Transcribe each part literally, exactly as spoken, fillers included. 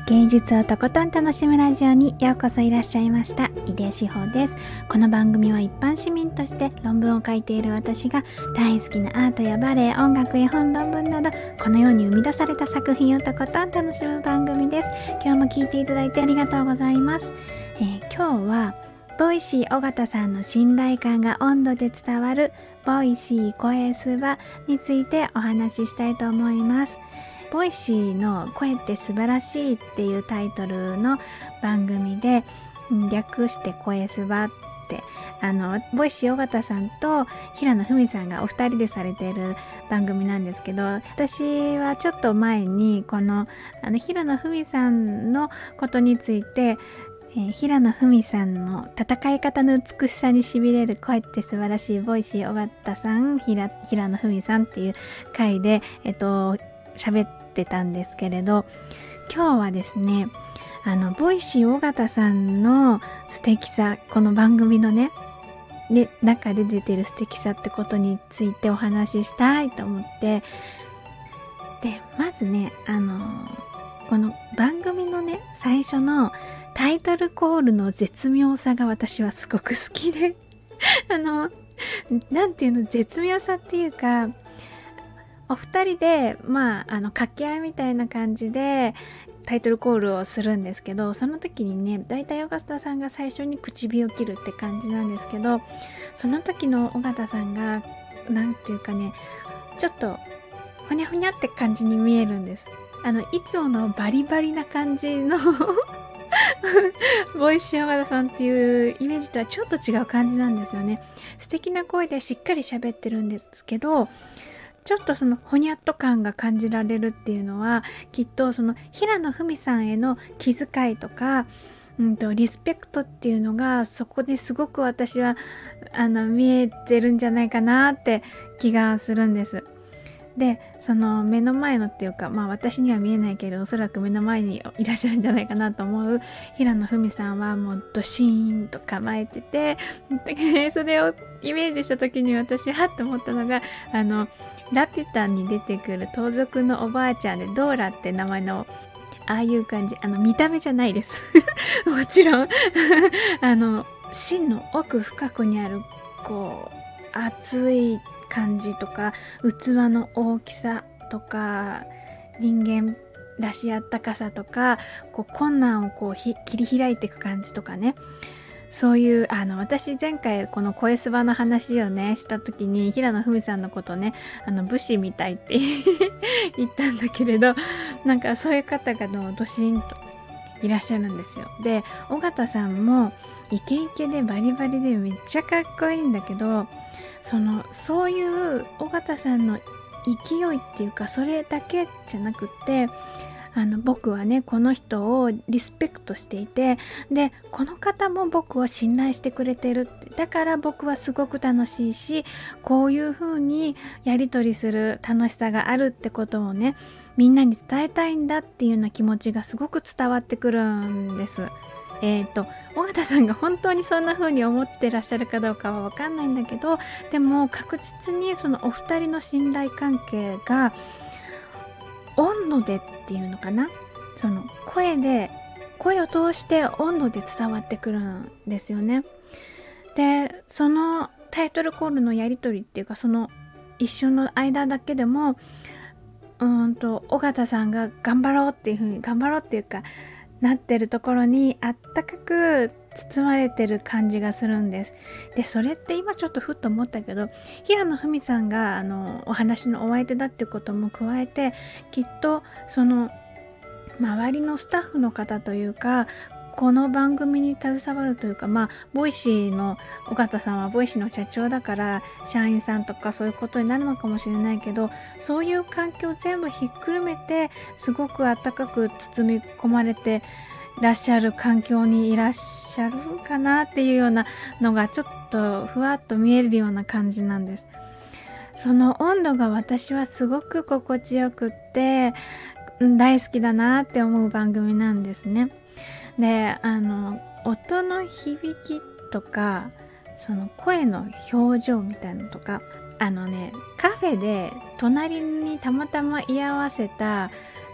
芸術をとことん楽しむラジオにようこそいらっしゃいました。井出志保です。この番組は一般市民として論文を書いている私が大好きなアートやバレエ、音楽、絵本、論文などこのように生み出された作品をとことん楽しむ番組です。今日も聞いていただいてありがとうございます。えー、今日はボイシー尾形さんの信頼感が温度で伝わるボイシー声スバについてお話ししたいと思います。ボイシーの声って素晴らしいっていうタイトルの番組で、略して声スバってあのボイシー尾形さんと平野文さんがお二人でされている番組なんですけど、私はちょっと前にこのあの平野文さんのことについてえー、平野文さんの戦い方の美しさにしびれる声って素晴らしいボイシー尾形さん、平、平野文さんっていう回でえっと喋ってたんですけれど、今日はですねあのボイシー尾形さんの素敵さ、この番組のねで中で出てる素敵さってことについてお話ししたいと思って、でまずねあのこの番組のね最初のタイトルコールの絶妙さが私はすごく好きであのなんていうの、絶妙さっていうか、お二人でまああの掛け合いみたいな感じでタイトルコールをするんですけど、その時にねだいたい尾形さんが最初に唇を切るって感じなんですけど、その時の尾形さんがなんていうかね、ちょっとふにゃふにゃって感じに見えるんです。あのいつものバリバリな感じのボイシー尾形さんっていうイメージとはちょっと違う感じなんですよね。素敵な声でしっかり喋ってるんですけど、ちょっとそのほにゃっと感が感じられるっていうのは、きっとその平野文さんへの気遣いとか、うんとリスペクトっていうのがそこですごく私はあの見えてるんじゃないかなって気がするんです。でその目の前のっていうか、まあ私には見えないけどおそらく目の前にいらっしゃるんじゃないかなと思う平野文さんはもうドシーンと構えててそれをイメージした時に私はっと思ったのが、あのラピュタに出てくる盗賊のおばあちゃんでドーラって名前のああいう感じ、あの見た目じゃないですもちろんあの芯の奥深くにあるこう熱い感じとか器の大きさとか人間らしいあったかさとか、こう困難をこうひ切り開いていく感じとかね、そういうあの私前回この声スバの話をねした時に平野文さんのことねあの武士みたいって言ったんだけれど、なんかそういう方がのドシンといらっしゃるんですよ。で尾形さんもイケイケでバリバリでめっちゃかっこいいんだけど、そのそういう尾形さんの勢いっていうかそれだけじゃなくって、あの僕はねこの人をリスペクトしていて、でこの方も僕を信頼してくれてるって、だから僕はすごく楽しいし、こういう風にやり取りする楽しさがあるってことをねみんなに伝えたいんだっていうような気持ちがすごく伝わってくるんです。えーと尾形さんが本当にそんな風に思ってらっしゃるかどうかは分かんないんだけど、でも確実にそのお二人の信頼関係が温度でっていうのかな、その声で声を通して温度で伝わってくるんですよね。でそのタイトルコールのやり取りっていうか、その一瞬の間だけでもうーんと尾形さんが頑張ろうっていう風に頑張ろうっていうかなってるところにあったかく包まれてる感じがするんです。でそれって今ちょっとふっと思ったけど、平野文さんがあのお話のお相手だってことも加えて、きっとその周りのスタッフの方というかこの番組に携わるというか、まあボイシーの尾形さんはボイシーの社長だから社員さんとかそういうことになるのかもしれないけど、そういう環境全部ひっくるめてすごく温かく包み込まれていらっしゃる環境にいらっしゃるかなっていうようなのがちょっとふわっと見えるような感じなんです。その温度が私はすごく心地よくって大好きだなって思う番組なんですね。であの音の響きとかその声の表情みたいなのとか、あのねカフェで隣にたまたま居合わせた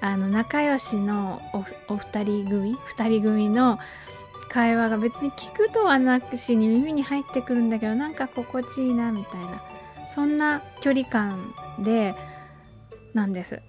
あの仲良しの お, お二人組二人組の会話が別に聞くとはなくしに耳に入ってくるんだけど、なんか心地いいなみたいな、そんな距離感でなんです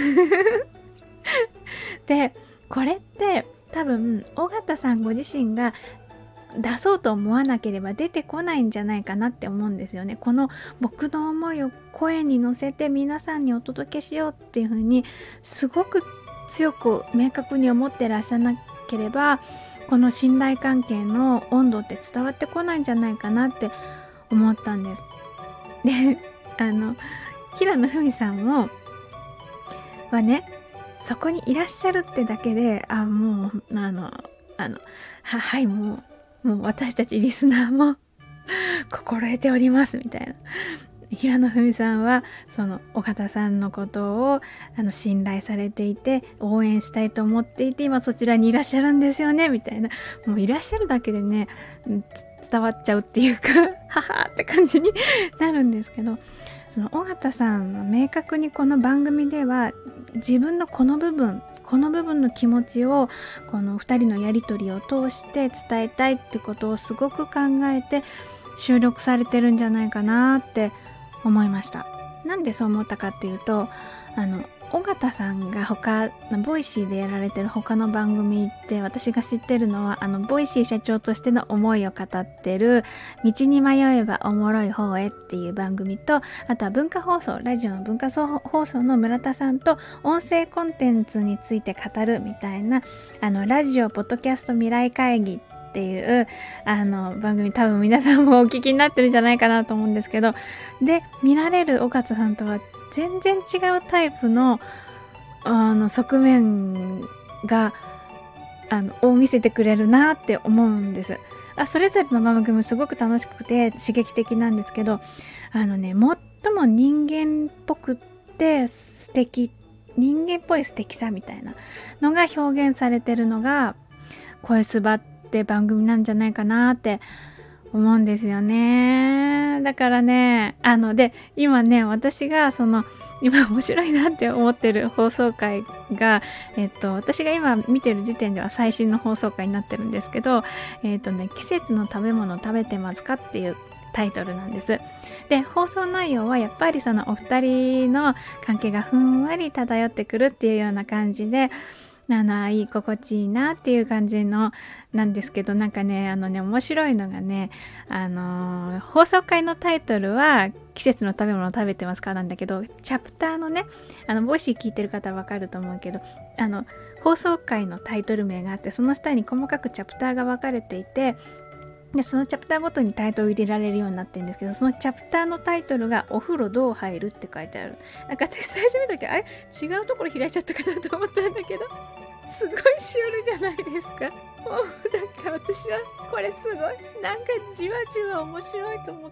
でこれって多分尾形さんご自身が出そうと思わなければ出てこないんじゃないかなって思うんですよね。この僕の思いを声に乗せて皆さんにお届けしようっていう風にすごく強く明確に思ってらっしゃらなければ、この信頼関係の温度って伝わってこないんじゃないかなって思ったんです。で、あの平野文さんもはね、そこにいらっしゃるってだけで、あ、もうあのあのははいもうもう私たちリスナーも心得ておりますみたいな。平野文さんはその尾形さんのことをあの信頼されていて応援したいと思っていて今そちらにいらっしゃるんですよねみたいな、もういらっしゃるだけでね伝わっちゃうっていうかははって感じになるんですけど、その尾形さんは明確にこの番組では自分のこの部分この部分の気持ちをこのふたりのやり取りを通して伝えたいってことをすごく考えて収録されてるんじゃないかなって思いました。なんでそう思ったかっていうと、あの尾形さんが他ボイシーでやられてる他の番組って私が知ってるのはあのボイシー社長としての思いを語ってる道に迷えばおもろい方へっていう番組と、あとは文化放送ラジオの文化放送の村田さんと音声コンテンツについて語るみたいなあのラジオポッドキャスト未来会議っていうあの番組、多分皆さんもお聞きになってるんじゃないかなと思うんですけど、で見られる尾形さんとは全然違うタイプのあの側面があのを見せてくれるなって思うんです。あ、それぞれの番組もすごく楽しくて刺激的なんですけど、あのね最も人間っぽくって素敵、人間っぽい素敵さみたいなのが表現されてるのが声すばって番組なんじゃないかなって思うんですよね。だからね、あので今ね私がその今面白いなって思ってる放送回が、えっと私が今見てる時点では最新の放送回になってるんですけど、えっとね季節の食べ物食べてますかっていうタイトルなんです。で放送内容はやっぱりそのお二人の関係がふんわり漂ってくるっていうような感じで、あのいい心地いいなっていう感じのなんですけど、なんかねあのね面白いのがね、あのー、放送回のタイトルは季節の食べ物を食べてますかなんだけど、チャプターのねあのボイシー聞いてる方はわかると思うけど、あの放送回のタイトル名があって、その下に細かくチャプターが分かれていて、でそのチャプターごとにタイトルを入れられるようになってるんですけど、そのチャプターのタイトルがお風呂どう入るって書いてある。なんか私最初見た時あれ違うところ開いちゃったかなと思ったんだけど、すごいシュールじゃないですか。もうなんか私はこれすごいなんかじわじわ面白いと思って、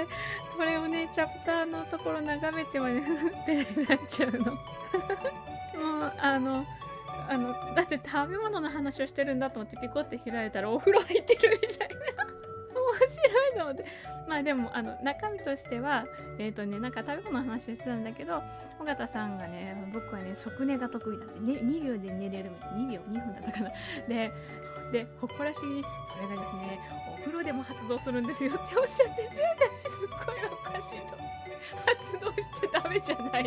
これをねチャプターのところ眺めてはねふってなっちゃうのもうあのあのだって食べ物の話をしてるんだと思ってピコって開いたらお風呂入ってるみたいな面白いと思って、まあでもあの中身としてはえっ、ー、とねなんか食べ物の話をしてたんだけど、尾形さんがね僕はね即寝が得意だって、ね、にびょうで寝れるみたいな、にびょうにふんだったかなでで誇らしにそれがですねお風呂でも発動するんですよっておっしゃってて、私すっごいおかしいと発動しちゃダメじゃない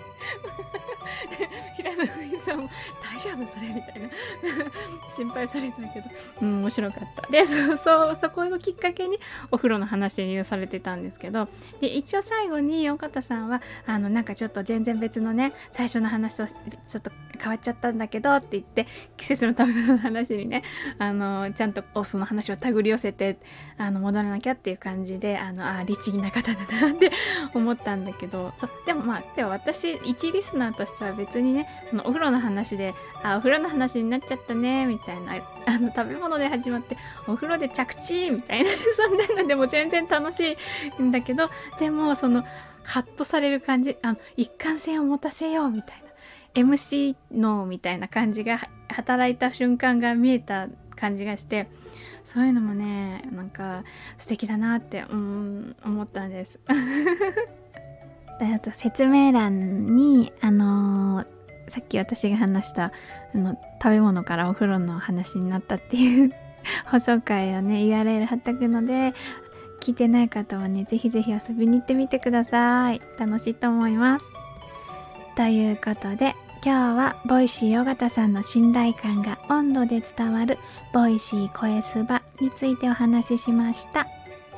平野文さんも大丈夫それみたいな心配されたけど、うん、面白かったで、そうそうそこをきっかけにお風呂の話にされてたんですけど、で一応最後に尾形さんはあのなんかちょっと全然別のね最初の話とちょっと変わっちゃったんだけどって言って季節の食べ物の話にねあのちゃんとその話を手繰り寄せてあの戻らなきゃっていう感じで、あのあ律儀な方だなって思ったんだけど、そうでもまあでも私一リスナーとしては別にねそのお風呂の話であお風呂の話になっちゃったねみたいな、あの食べ物で始まってお風呂で着地みたいなそんなのでも全然楽しいんだけど、でもそのハッとされる感じ、あの一貫性を持たせようみたいな エムシー のみたいな感じが働いた瞬間が見えた感じがして、そういうのもねなんか素敵だなってうん思ったんですあと説明欄にあのーさっき私が話したあの食べ物からお風呂の話になったっていう放送回をね ユーアールエル 貼っておくので、聞いてない方はねぜひぜひ遊びに行ってみてください。楽しいと思います。ということで今日はボイシー尾形さんの信頼感が温度で伝わるボイシー声すばについてお話ししました。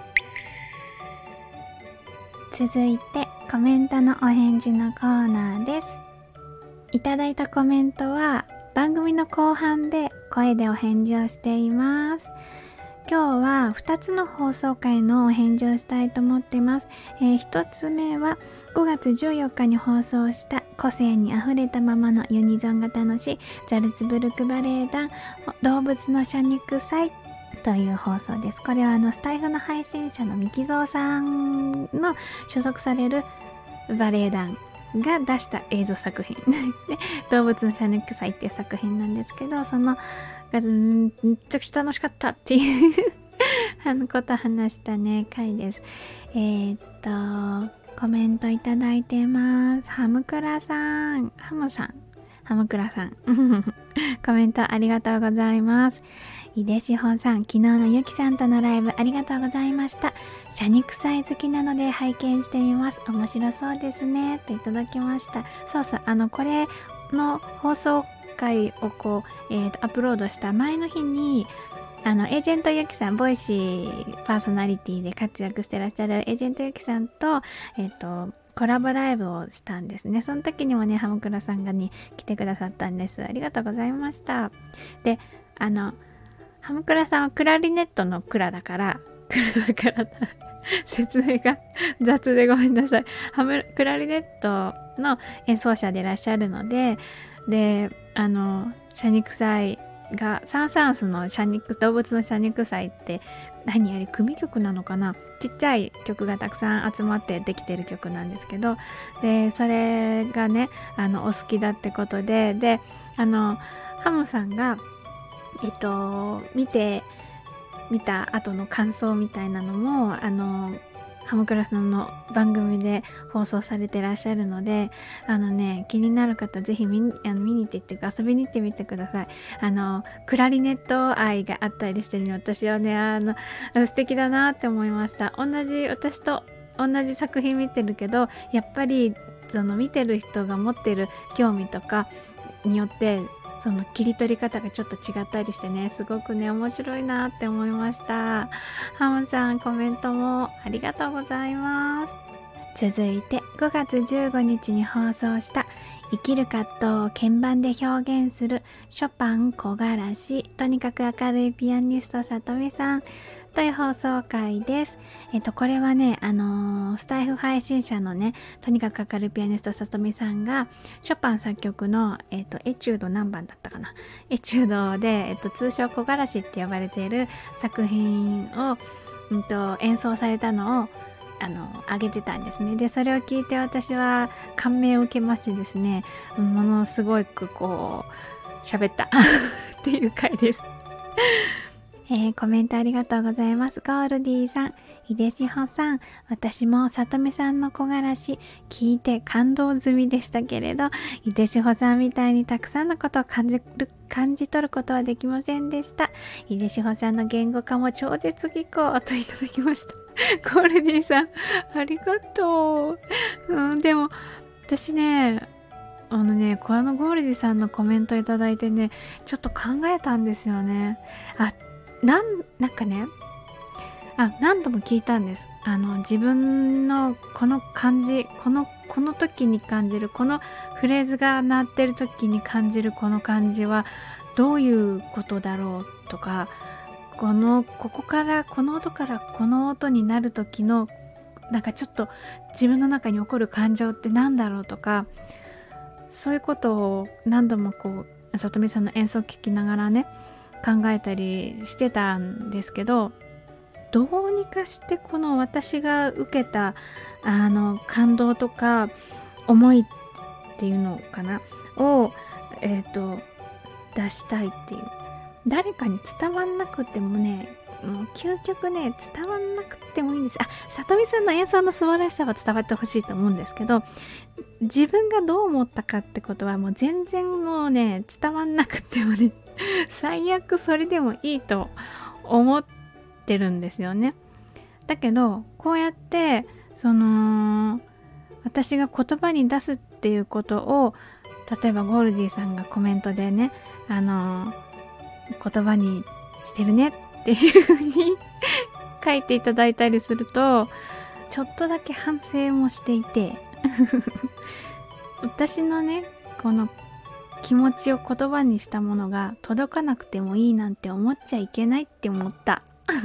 続いてコメントのお返事のコーナーです。いただいたコメントは番組の後半で声でお返事をしています。今日はふたつの放送回のお返事をしたいと思っています。えー、ひとつめはごがつじゅうよっかに放送した個性にあふれたままのユニゾンが楽しいザルツブルクバレエ団動物の謝肉祭という放送です。これはあのスタイフの配信者のみきぞうさんの所属されるバレエ団が出した映像作品で動物の謝肉祭っていう作品なんですけど、そのがめっちゃくちゃ楽しかったっていうあのことを話したね回です。えー、っとコメントいただいてます。ハムクラさん、ハムさん、ハムクラさんコメントありがとうございます。井出志保さん、昨日のゆきさんとのライブありがとうございました。謝肉祭好きなので拝見してみます。面白そうですねといただきました。そうそう、あのこれの放送回をこう、えー、とアップロードした前の日にあのエージェントゆきさん、ボイシーパーソナリティで活躍してらっしゃるエージェントゆきさんと、えっとコラボライブをしたんですね。その時にもねハムクラさんがね来てくださったんです。ありがとうございました。で、あのハムクラさんはクラリネットのクラだからクラだから説明が雑でごめんなさい。ハムクラリネットの演奏者でいらっしゃるので、であの謝肉祭がサンサンスの謝肉動物の謝肉祭って何やり組曲なのかな、ちっちゃい曲がたくさん集まってできてる曲なんですけど、でそれがねあのお好きだってことで、であのハムさんがえっと見て見た後の感想みたいなのもあのハムクラさんの番組で放送されてらっしゃるので、あのね気になる方ぜひ見に、あの見に行ってっていうか遊びに行ってみてください。あのクラリネット愛があったりしてね、私はねあの素敵だなって思いました。同じ私と同じ作品見てるけど、やっぱりその見てる人が持ってる興味とかによってその切り取り方がちょっと違ったりしてね、すごくね面白いなって思いました。ハムさんコメントもありがとうございます。続いてごがつじゅうごにちに放送した生きる葛藤を鍵盤で表現するショパン木枯らし、とにかく明るいピアニストさとみさんという放送回です。えっとこれはねあのー、スタイフ配信者のねとにかく明るいピアニストさとみさんがショパン作曲のえっとエチュード何番だったかな、エチュードでえっと通称木枯らしって呼ばれている作品を、うんと、演奏されたのをあの上げてたんですね。でそれを聞いて私は感銘を受けましてですね、ものすごくこう喋ったっていう回です。えー、コメントありがとうございます。ゴールディさん、井出志保さん、私もさとみさんの木枯らし聞いて感動済みでしたけれど、井出志保さんみたいにたくさんのことを感じる感じ取ることはできませんでした。井出志保さんの言語化も超絶技巧といただきました。ゴールディさんありがとう、うん、でも私ねあのねこのゴールディさんのコメントいただいてねちょっと考えたんですよね。あなんなんかねあ何度も聞いたんです。あの自分のこの感じこのこの時に感じるこのフレーズが鳴ってる時に感じるこの感じはどういうことだろうとか、このここからこの音からこの音になる時のなんかちょっと自分の中に起こる感情ってなんだろうとか、そういうことを何度もこうさとみさんの演奏を聴きながらね考えたりしてたんですけど、どうにかしてこの私が受けたあの感動とか思いっていうのかなを、えーと、出したいっていう、誰かに伝わんなくてもねもう究極ね伝わんなくてもいいんです。あ、さとみさんの演奏の素晴らしさは伝わってほしいと思うんですけど、 自分がどう思ったかってことはもう全然もうね伝わんなくてもね最悪それでもいいと思ってるんですよね。だけどこうやってその私が言葉に出すっていうことを、例えばゴールディさんがコメントでね、あの言葉にしてるねっていう風に書いていただいたりすると、ちょっとだけ反省もしていて私のねこの気持ちを言葉にしたものが届かなくてもいいなんて思っちゃいけないって思った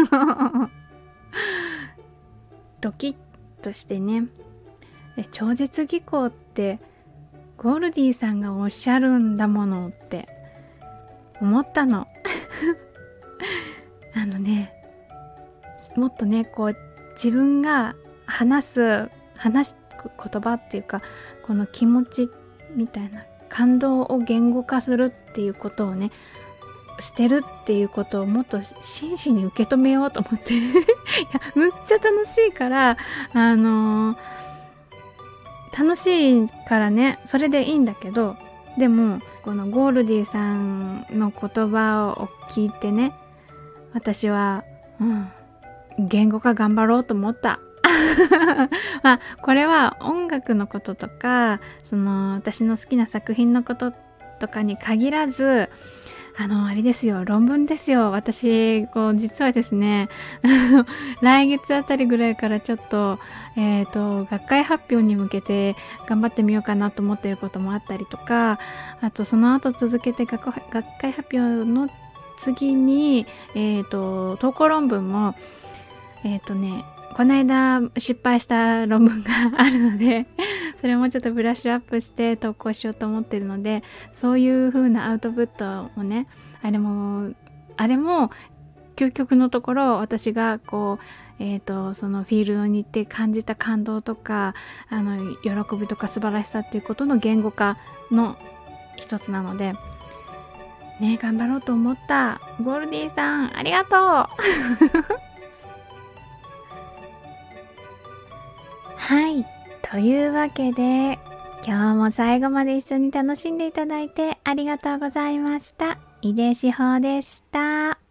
ドキッとしてね、超絶技巧ってゴールディさんがおっしゃるんだものって思ったのあのね、もっとねこう自分が話す話す言葉っていうか、この気持ちみたいな感動を言語化するっていうことをねしてるっていうことをもっと真摯に受け止めようと思っていやむっちゃ楽しいから、あのー、楽しいからねそれでいいんだけど、でもこのゴールディさんの言葉を聞いてね、私は、うん、言語化頑張ろうと思ったまあこれは音楽のこととか、その私の好きな作品のこととかに限らず、あのあれですよ、論文ですよ。私こう実はですね来月あたりぐらいからちょっとえっと学会発表に向けて頑張ってみようかなと思っていることもあったりとか、あとその後続けて学学会発表の次にえっと投稿論文もえっとねこの間失敗した論文があるのでそれもちょっとブラッシュアップして投稿しようと思ってるので、そういう風なアウトプットもね、あれもあれも究極のところ私がこうえっとそのフィールドに行って感じた感動とか、あの喜びとか素晴らしさっていうことの言語化の一つなのでね、頑張ろうと思った。ゴールディさんありがとうはい、というわけで今日も最後まで一緒に楽しんでいただいてありがとうございました。井出志保でした。